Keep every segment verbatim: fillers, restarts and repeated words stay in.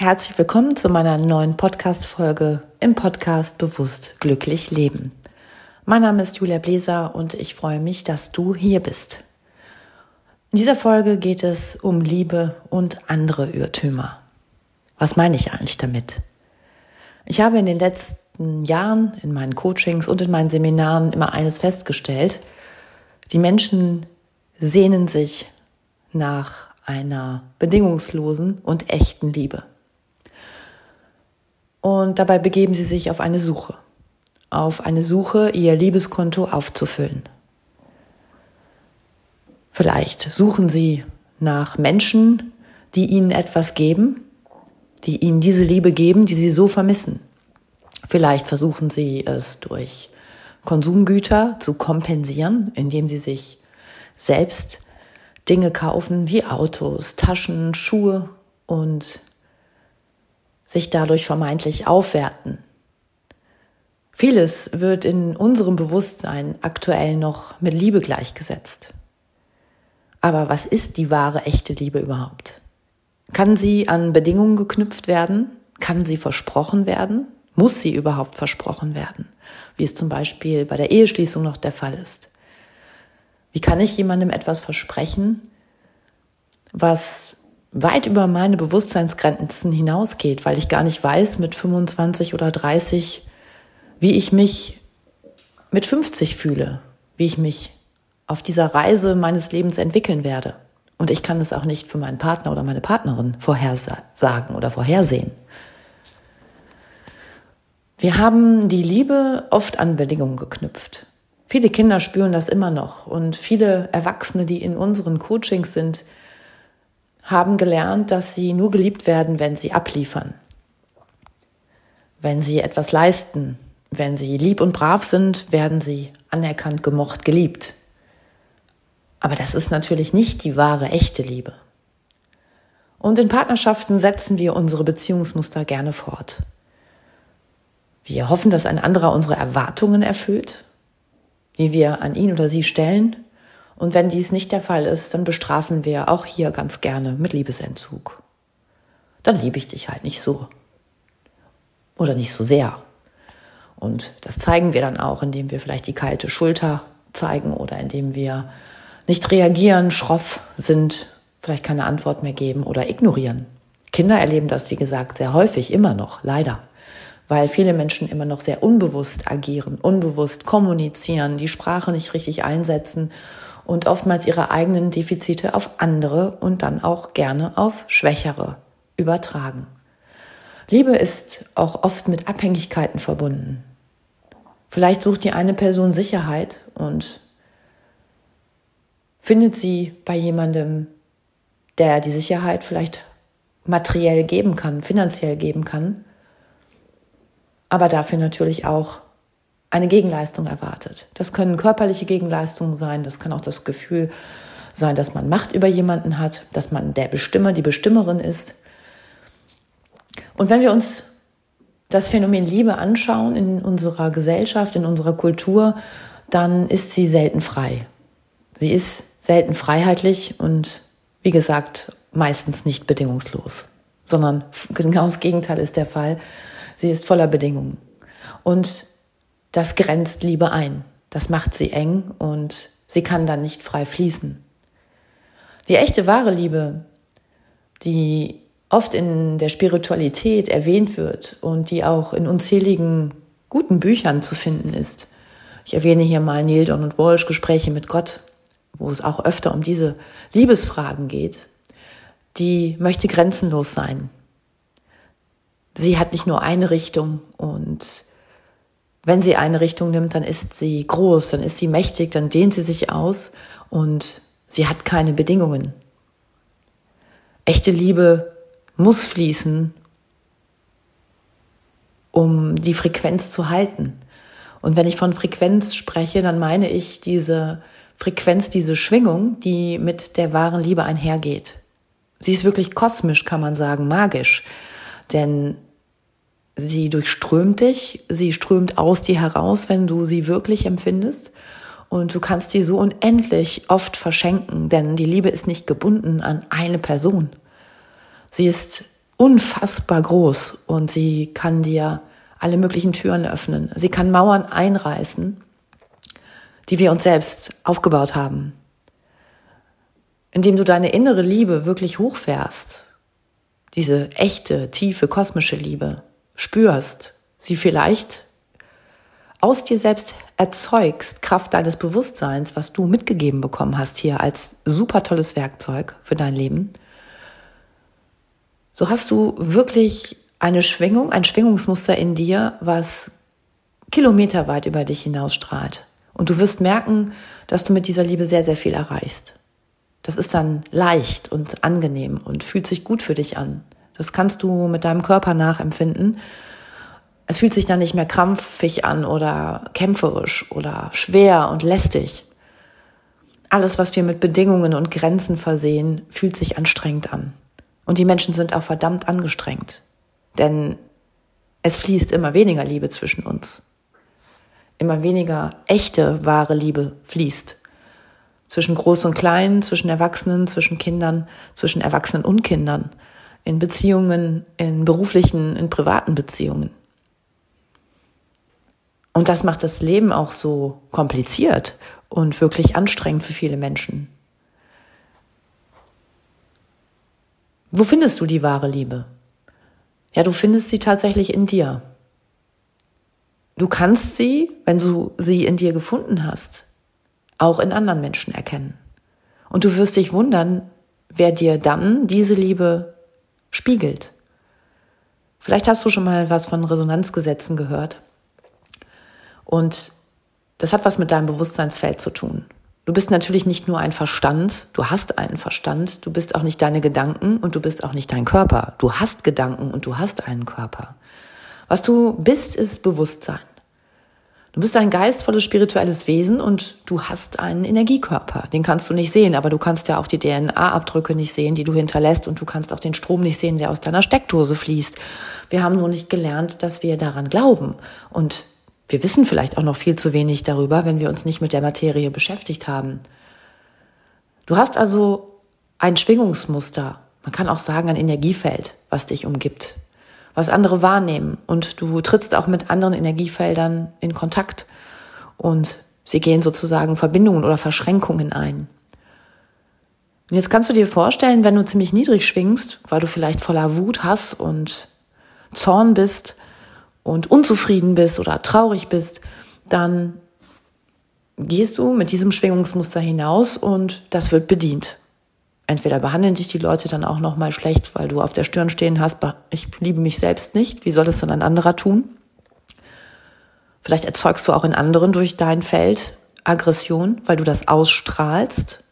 Herzlich willkommen zu meiner neuen Podcast-Folge im Podcast Bewusst Glücklich Leben. Mein Name ist Julia Bläser und ich freue mich, dass du hier bist. In dieser Folge geht es um Liebe und andere Irrtümer. Was meine ich eigentlich damit? Ich habe in den letzten Jahren in meinen Coachings und in meinen Seminaren immer eines festgestellt: Die Menschen sehnen sich nach einer bedingungslosen und echten Liebe. Und dabei begeben sie sich auf eine Suche, auf eine Suche, ihr Liebeskonto aufzufüllen. Vielleicht suchen sie nach Menschen, die ihnen etwas geben, die ihnen diese Liebe geben, die sie so vermissen. Vielleicht versuchen sie es durch Konsumgüter zu kompensieren, indem sie sich selbst Dinge kaufen wie Autos, Taschen, Schuhe und sich dadurch vermeintlich aufwerten. Vieles wird in unserem Bewusstsein aktuell noch mit Liebe gleichgesetzt. Aber was ist die wahre, echte Liebe überhaupt? Kann sie an Bedingungen geknüpft werden? Kann sie versprochen werden? Muss sie überhaupt versprochen werden? Wie es zum Beispiel bei der Eheschließung noch der Fall ist. Wie kann ich jemandem etwas versprechen, was weit über meine Bewusstseinsgrenzen hinausgeht, weil ich gar nicht weiß mit fünfundzwanzig oder dreißig, wie ich mich mit fünfzig fühle, wie ich mich auf dieser Reise meines Lebens entwickeln werde. Und ich kann es auch nicht für meinen Partner oder meine Partnerin vorhersagen oder vorhersehen. Wir haben die Liebe oft an Bedingungen geknüpft. Viele Kinder spüren das immer noch und viele Erwachsene, die in unseren Coachings sind, haben gelernt, dass sie nur geliebt werden, wenn sie abliefern, wenn sie etwas leisten. Wenn sie lieb und brav sind, werden sie anerkannt, gemocht, geliebt. Aber das ist natürlich nicht die wahre, echte Liebe. Und in Partnerschaften setzen wir unsere Beziehungsmuster gerne fort. Wir hoffen, dass ein anderer unsere Erwartungen erfüllt, die wir an ihn oder sie stellen. Und wenn dies nicht der Fall ist, dann bestrafen wir auch hier ganz gerne mit Liebesentzug. Dann liebe ich dich halt nicht so. Oder nicht so sehr. Und das zeigen wir dann auch, indem wir vielleicht die kalte Schulter zeigen oder indem wir nicht reagieren, schroff sind, vielleicht keine Antwort mehr geben oder ignorieren. Kinder erleben das, wie gesagt, sehr häufig immer noch, leider. Weil viele Menschen immer noch sehr unbewusst agieren, unbewusst kommunizieren, die Sprache nicht richtig einsetzen und oftmals ihre eigenen Defizite auf andere und dann auch gerne auf Schwächere übertragen. Liebe ist auch oft mit Abhängigkeiten verbunden. Vielleicht sucht die eine Person Sicherheit und findet sie bei jemandem, der die Sicherheit vielleicht materiell geben kann, finanziell geben kann, aber dafür natürlich auch eine Gegenleistung erwartet. Das können körperliche Gegenleistungen sein, das kann auch das Gefühl sein, dass man Macht über jemanden hat, dass man der Bestimmer, die Bestimmerin ist. Und wenn wir uns das Phänomen Liebe anschauen in unserer Gesellschaft, in unserer Kultur, dann ist sie selten frei. Sie ist selten freiheitlich und, wie gesagt, meistens nicht bedingungslos, sondern genau das Gegenteil ist der Fall. Sie ist voller Bedingungen. Und das grenzt Liebe ein. Das macht sie eng und sie kann dann nicht frei fließen. Die echte, wahre Liebe, die oft in der Spiritualität erwähnt wird und die auch in unzähligen guten Büchern zu finden ist. Ich erwähne hier mal Neale Donald Walsch, Gespräche mit Gott, wo es auch öfter um diese Liebesfragen geht. Die möchte grenzenlos sein. Sie hat nicht nur eine Richtung und wenn sie eine Richtung nimmt, dann ist sie groß, dann ist sie mächtig, dann dehnt sie sich aus und sie hat keine Bedingungen. Echte Liebe muss fließen, um die Frequenz zu halten. Und wenn ich von Frequenz spreche, dann meine ich diese Frequenz, diese Schwingung, die mit der wahren Liebe einhergeht. Sie ist wirklich kosmisch, kann man sagen, magisch, denn sie durchströmt dich, sie strömt aus dir heraus, wenn du sie wirklich empfindest. Und du kannst sie so unendlich oft verschenken, denn die Liebe ist nicht gebunden an eine Person. Sie ist unfassbar groß und sie kann dir alle möglichen Türen öffnen. Sie kann Mauern einreißen, die wir uns selbst aufgebaut haben. Indem du deine innere Liebe wirklich hochfährst, diese echte, tiefe, kosmische Liebe spürst, sie vielleicht aus dir selbst erzeugst, Kraft deines Bewusstseins, was du mitgegeben bekommen hast hier als super tolles Werkzeug für dein Leben, so hast du wirklich eine Schwingung, ein Schwingungsmuster in dir, was kilometerweit über dich hinausstrahlt. Und du wirst merken, dass du mit dieser Liebe sehr, sehr viel erreichst. Das ist dann leicht und angenehm und fühlt sich gut für dich an. Das kannst du mit deinem Körper nachempfinden. Es fühlt sich dann nicht mehr krampfig an oder kämpferisch oder schwer und lästig. Alles, was wir mit Bedingungen und Grenzen versehen, fühlt sich anstrengend an. Und die Menschen sind auch verdammt angestrengt. Denn es fließt immer weniger Liebe zwischen uns. Immer weniger echte, wahre Liebe fließt. Zwischen Groß und Klein, zwischen Erwachsenen, zwischen Kindern, zwischen Erwachsenen und Kindern. In Beziehungen, in beruflichen, in privaten Beziehungen. Und das macht das Leben auch so kompliziert und wirklich anstrengend für viele Menschen. Wo findest du die wahre Liebe? Ja, du findest sie tatsächlich in dir. Du kannst sie, wenn du sie in dir gefunden hast, auch in anderen Menschen erkennen. Und du wirst dich wundern, wer dir dann diese Liebe spiegelt. Vielleicht hast du schon mal was von Resonanzgesetzen gehört. Und das hat was mit deinem Bewusstseinsfeld zu tun. Du bist natürlich nicht nur ein Verstand, du hast einen Verstand, du bist auch nicht deine Gedanken und du bist auch nicht dein Körper. Du hast Gedanken und du hast einen Körper. Was du bist, ist Bewusstsein. Du bist ein geistvolles, spirituelles Wesen und du hast einen Energiekörper. Den kannst du nicht sehen, aber du kannst ja auch die D N A-Abdrücke nicht sehen, die du hinterlässt, und du kannst auch den Strom nicht sehen, der aus deiner Steckdose fließt. Wir haben nur nicht gelernt, dass wir daran glauben. Und wir wissen vielleicht auch noch viel zu wenig darüber, wenn wir uns nicht mit der Materie beschäftigt haben. Du hast also ein Schwingungsmuster, man kann auch sagen ein Energiefeld, was dich umgibt, was andere wahrnehmen, und du trittst auch mit anderen Energiefeldern in Kontakt und sie gehen sozusagen Verbindungen oder Verschränkungen ein. Und jetzt kannst du dir vorstellen, wenn du ziemlich niedrig schwingst, weil du vielleicht voller Wut, Hass und Zorn bist und unzufrieden bist oder traurig bist, dann gehst du mit diesem Schwingungsmuster hinaus und das wird bedient. Entweder behandeln dich die Leute dann auch noch mal schlecht, weil du auf der Stirn stehen hast, ich liebe mich selbst nicht, wie soll es dann ein anderer tun? Vielleicht erzeugst du auch in anderen durch dein Feld Aggression, weil du das ausstrahlst.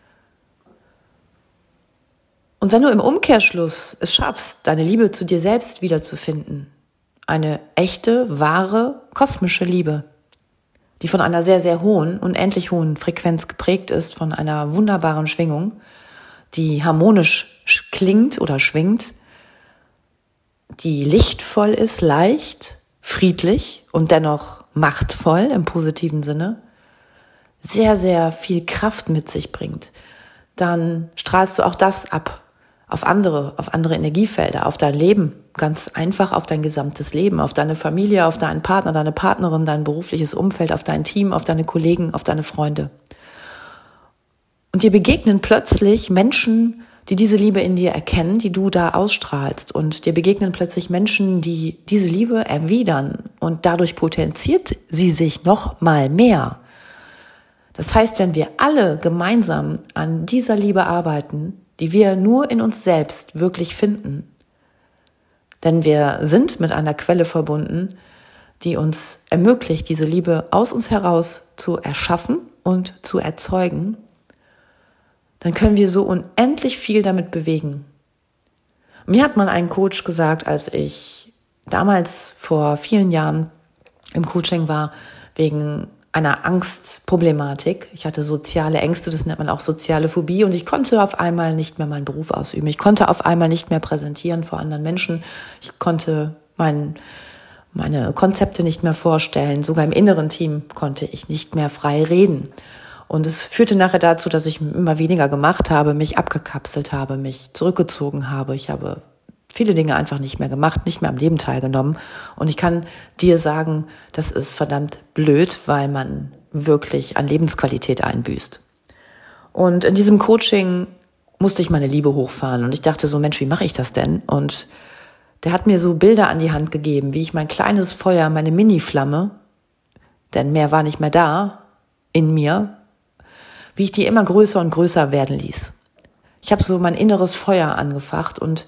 Und wenn du im Umkehrschluss es schaffst, deine Liebe zu dir selbst wiederzufinden, eine echte, wahre, kosmische Liebe, die von einer sehr, sehr hohen, unendlich hohen Frequenz geprägt ist, von einer wunderbaren Schwingung, die harmonisch klingt oder schwingt, die lichtvoll ist, leicht, friedlich und dennoch machtvoll im positiven Sinne, sehr, sehr viel Kraft mit sich bringt, dann strahlst du auch das ab auf andere, auf andere Energiefelder, auf dein Leben, ganz einfach auf dein gesamtes Leben, auf deine Familie, auf deinen Partner, deine Partnerin, dein berufliches Umfeld, auf dein Team, auf deine Kollegen, auf deine Freunde. Und dir begegnen plötzlich Menschen, die diese Liebe in dir erkennen, die du da ausstrahlst. Und dir begegnen plötzlich Menschen, die diese Liebe erwidern. Und dadurch potenziert sie sich noch mal mehr. Das heißt, wenn wir alle gemeinsam an dieser Liebe arbeiten, die wir nur in uns selbst wirklich finden, denn wir sind mit einer Quelle verbunden, die uns ermöglicht, diese Liebe aus uns heraus zu erschaffen und zu erzeugen, dann können wir so unendlich viel damit bewegen. Mir hat mal ein Coach gesagt, als ich damals vor vielen Jahren im Coaching war, wegen einer Angstproblematik. Ich hatte soziale Ängste, das nennt man auch soziale Phobie, und ich konnte auf einmal nicht mehr meinen Beruf ausüben. Ich konnte auf einmal nicht mehr präsentieren vor anderen Menschen. Ich konnte mein, meine Konzepte nicht mehr vorstellen. Sogar im inneren Team konnte ich nicht mehr frei reden. Und es führte nachher dazu, dass ich immer weniger gemacht habe, mich abgekapselt habe, mich zurückgezogen habe. Ich habe viele Dinge einfach nicht mehr gemacht, nicht mehr am Leben teilgenommen. Und ich kann dir sagen, das ist verdammt blöd, weil man wirklich an Lebensqualität einbüßt. Und in diesem Coaching musste ich meine Liebe hochfahren. Und ich dachte so, Mensch, wie mache ich das denn? Und der hat mir so Bilder an die Hand gegeben, wie ich mein kleines Feuer, meine Mini-Flamme, denn mehr war nicht mehr da in mir, wie ich die immer größer und größer werden ließ. Ich habe so mein inneres Feuer angefacht und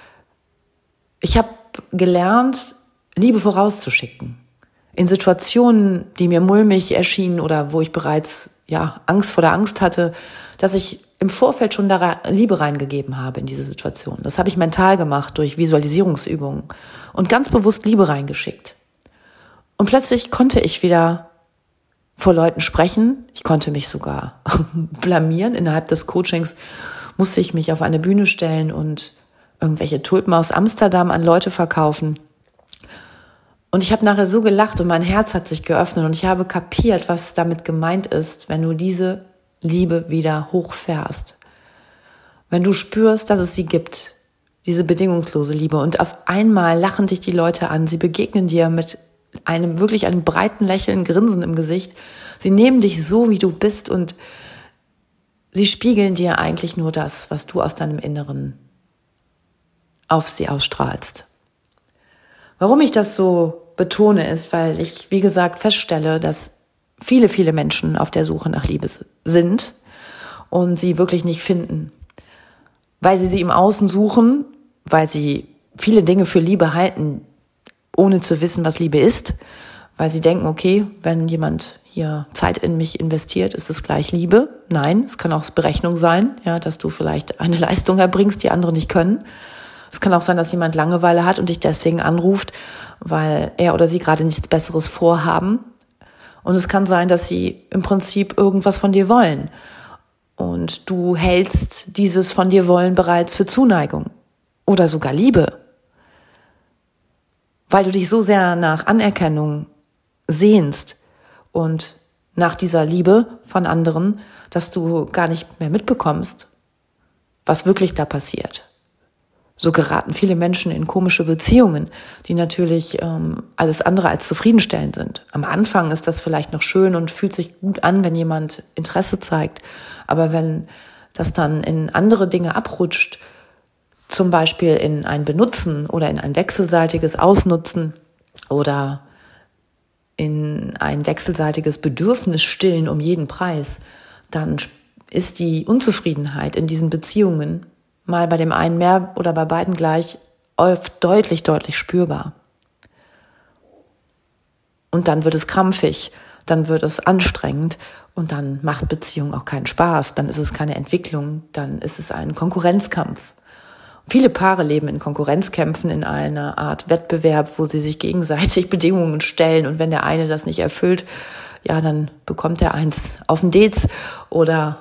ich habe gelernt, Liebe vorauszuschicken. In Situationen, die mir mulmig erschienen oder wo ich bereits ja Angst vor der Angst hatte, dass ich im Vorfeld schon da Liebe reingegeben habe in diese Situation. Das habe ich mental gemacht durch Visualisierungsübungen und ganz bewusst Liebe reingeschickt. Und plötzlich konnte ich wieder vor Leuten sprechen. Ich konnte mich sogar blamieren. Innerhalb des Coachings musste ich mich auf eine Bühne stellen und irgendwelche Tulpen aus Amsterdam an Leute verkaufen. Und ich habe nachher so gelacht und mein Herz hat sich geöffnet und ich habe kapiert, was damit gemeint ist, wenn du diese Liebe wieder hochfährst. Wenn du spürst, dass es sie gibt, diese bedingungslose Liebe, und auf einmal lachen dich die Leute an, sie begegnen dir mit einem wirklich einem breiten Lächeln, Grinsen im Gesicht. Sie nehmen dich so, wie du bist, und sie spiegeln dir eigentlich nur das, was du aus deinem Inneren auf sie ausstrahlst. Warum ich das so betone, ist, weil ich, wie gesagt, feststelle, dass viele, viele Menschen auf der Suche nach Liebe sind und sie wirklich nicht finden, weil sie sie im Außen suchen, weil sie viele Dinge für Liebe halten, ohne zu wissen, was Liebe ist, weil sie denken, okay, wenn jemand hier Zeit in mich investiert, ist es gleich Liebe. Nein, es kann auch Berechnung sein, ja, dass du vielleicht eine Leistung erbringst, die andere nicht können. Es kann auch sein, dass jemand Langeweile hat und dich deswegen anruft, weil er oder sie gerade nichts Besseres vorhaben. Und es kann sein, dass sie im Prinzip irgendwas von dir wollen. Und du hältst dieses von dir wollen bereits für Zuneigung oder sogar Liebe. Weil du dich so sehr nach Anerkennung sehnst und nach dieser Liebe von anderen, dass du gar nicht mehr mitbekommst, was wirklich da passiert. So geraten viele Menschen in komische Beziehungen, die natürlich ähm, alles andere als zufriedenstellend sind. Am Anfang ist das vielleicht noch schön und fühlt sich gut an, wenn jemand Interesse zeigt. Aber wenn das dann in andere Dinge abrutscht, zum Beispiel in ein Benutzen oder in ein wechselseitiges Ausnutzen oder in ein wechselseitiges Bedürfnis stillen um jeden Preis, dann ist die Unzufriedenheit in diesen Beziehungen mal bei dem einen mehr oder bei beiden gleich oft deutlich, deutlich spürbar. Und dann wird es krampfig, dann wird es anstrengend und dann macht Beziehung auch keinen Spaß, dann ist es keine Entwicklung, dann ist es ein Konkurrenzkampf. Viele Paare leben in Konkurrenzkämpfen, in einer Art Wettbewerb, wo sie sich gegenseitig Bedingungen stellen, und wenn der eine das nicht erfüllt, ja, dann bekommt der eins auf den Dez, oder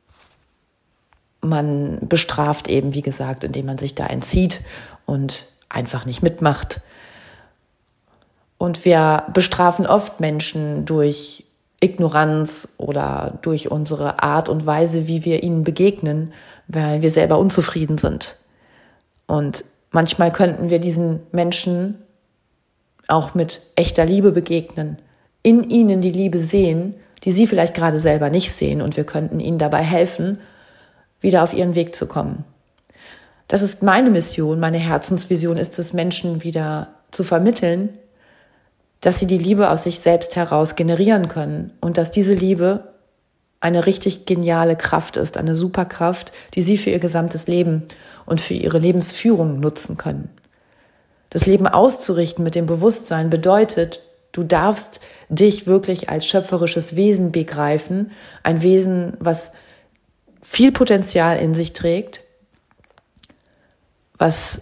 man bestraft eben, wie gesagt, indem man sich da entzieht und einfach nicht mitmacht. Und wir bestrafen oft Menschen durch Ignoranz oder durch unsere Art und Weise, wie wir ihnen begegnen, weil wir selber unzufrieden sind. Und manchmal könnten wir diesen Menschen auch mit echter Liebe begegnen, in ihnen die Liebe sehen, die sie vielleicht gerade selber nicht sehen, und wir könnten ihnen dabei helfen, wieder auf ihren Weg zu kommen. Das ist meine Mission, meine Herzensvision ist es, Menschen wieder zu vermitteln, dass sie die Liebe aus sich selbst heraus generieren können und dass diese Liebe eine richtig geniale Kraft ist, eine Superkraft, die sie für ihr gesamtes Leben und für ihre Lebensführung nutzen können. Das Leben auszurichten mit dem Bewusstsein bedeutet, du darfst dich wirklich als schöpferisches Wesen begreifen, ein Wesen, was viel Potenzial in sich trägt, was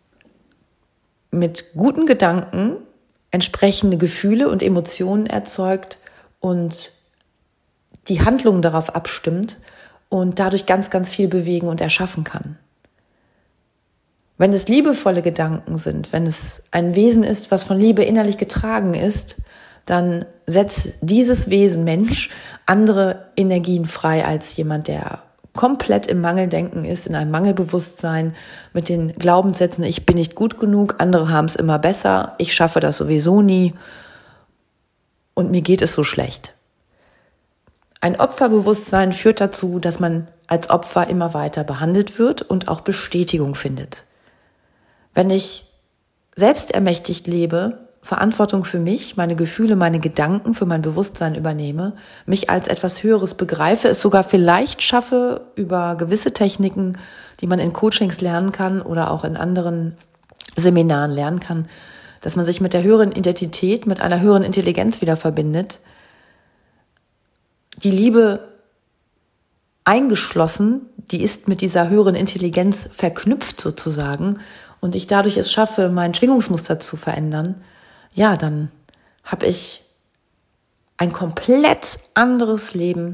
mit guten Gedanken entsprechende Gefühle und Emotionen erzeugt und die Handlungen darauf abstimmt und dadurch ganz, ganz viel bewegen und erschaffen kann. Wenn es liebevolle Gedanken sind, wenn es ein Wesen ist, was von Liebe innerlich getragen ist, dann setzt dieses Wesen Mensch andere Energien frei als jemand, der komplett im Mangeldenken ist, in einem Mangelbewusstsein mit den Glaubenssätzen, ich bin nicht gut genug, andere haben es immer besser, ich schaffe das sowieso nie und mir geht es so schlecht. Ein Opferbewusstsein führt dazu, dass man als Opfer immer weiter behandelt wird und auch Bestätigung findet. Wenn ich selbstermächtigt lebe, Verantwortung für mich, meine Gefühle, meine Gedanken, für mein Bewusstsein übernehme, mich als etwas Höheres begreife, es sogar vielleicht schaffe, über gewisse Techniken, die man in Coachings lernen kann oder auch in anderen Seminaren lernen kann, dass man sich mit der höheren Identität, mit einer höheren Intelligenz wieder verbindet, die Liebe eingeschlossen, die ist mit dieser höheren Intelligenz verknüpft sozusagen und ich dadurch es schaffe, mein Schwingungsmuster zu verändern, ja, dann habe ich ein komplett anderes Leben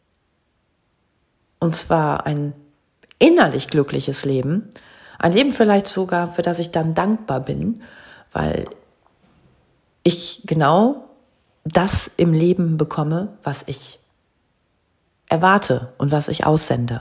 und zwar ein innerlich glückliches Leben, ein Leben vielleicht sogar, für das ich dann dankbar bin, weil ich genau das im Leben bekomme, was ich erwarte und was ich aussende.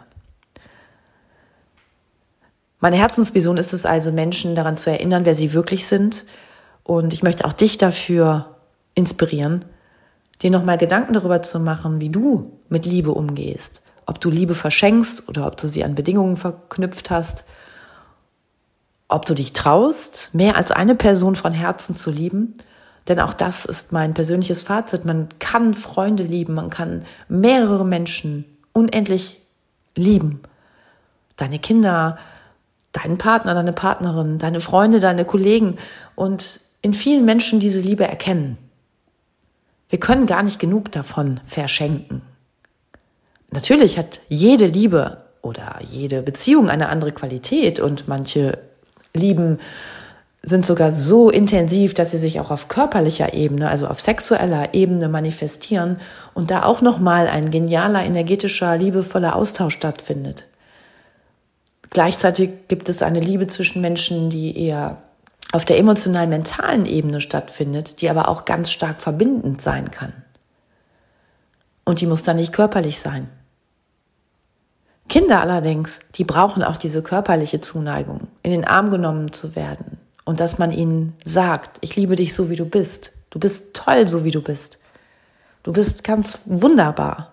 Meine Herzensvision ist es also, Menschen daran zu erinnern, wer sie wirklich sind. Und ich möchte auch dich dafür inspirieren, dir nochmal Gedanken darüber zu machen, wie du mit Liebe umgehst. Ob du Liebe verschenkst oder ob du sie an Bedingungen verknüpft hast. Ob du dich traust, mehr als eine Person von Herzen zu lieben. Denn auch das ist mein persönliches Fazit. Man kann Freunde lieben, man kann mehrere Menschen unendlich lieben. Deine Kinder, deinen Partner, deine Partnerin, deine Freunde, deine Kollegen und in vielen Menschen diese Liebe erkennen. Wir können gar nicht genug davon verschenken. Natürlich hat jede Liebe oder jede Beziehung eine andere Qualität und manche Lieben sind sogar so intensiv, dass sie sich auch auf körperlicher Ebene, also auf sexueller Ebene manifestieren und da auch nochmal ein genialer, energetischer, liebevoller Austausch stattfindet. Gleichzeitig gibt es eine Liebe zwischen Menschen, die eher auf der emotionalen, mentalen Ebene stattfindet, die aber auch ganz stark verbindend sein kann. Und die muss dann nicht körperlich sein. Kinder allerdings, die brauchen auch diese körperliche Zuneigung, in den Arm genommen zu werden und dass man ihnen sagt, ich liebe dich so, wie du bist. Du bist toll, so wie du bist. Du bist ganz wunderbar.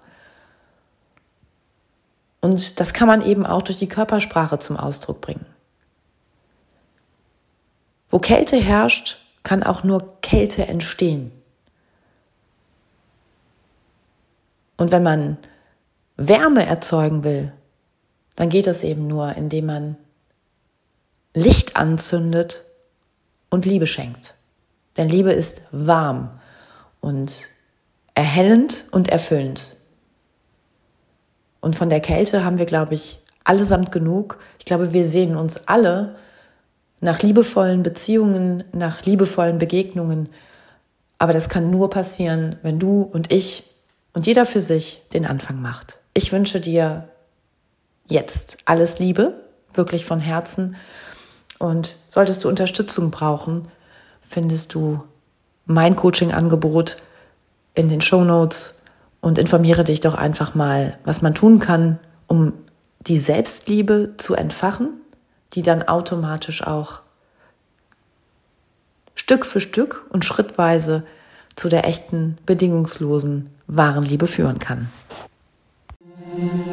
Und das kann man eben auch durch die Körpersprache zum Ausdruck bringen. Wo Kälte herrscht, kann auch nur Kälte entstehen. Und wenn man Wärme erzeugen will, dann geht es eben nur, indem man Licht anzündet und Liebe schenkt. Denn Liebe ist warm und erhellend und erfüllend. Und von der Kälte haben wir, glaube ich, allesamt genug. Ich glaube, wir sehen uns alle nach liebevollen Beziehungen, nach liebevollen Begegnungen. Aber das kann nur passieren, wenn du und ich und jeder für sich den Anfang macht. Ich wünsche dir jetzt alles Liebe, wirklich von Herzen. Und solltest du Unterstützung brauchen, findest du mein Coaching-Angebot in den Shownotes und informiere dich doch einfach mal, was man tun kann, um die Selbstliebe zu entfachen, die dann automatisch auch Stück für Stück und schrittweise zu der echten, bedingungslosen, wahren Liebe führen kann.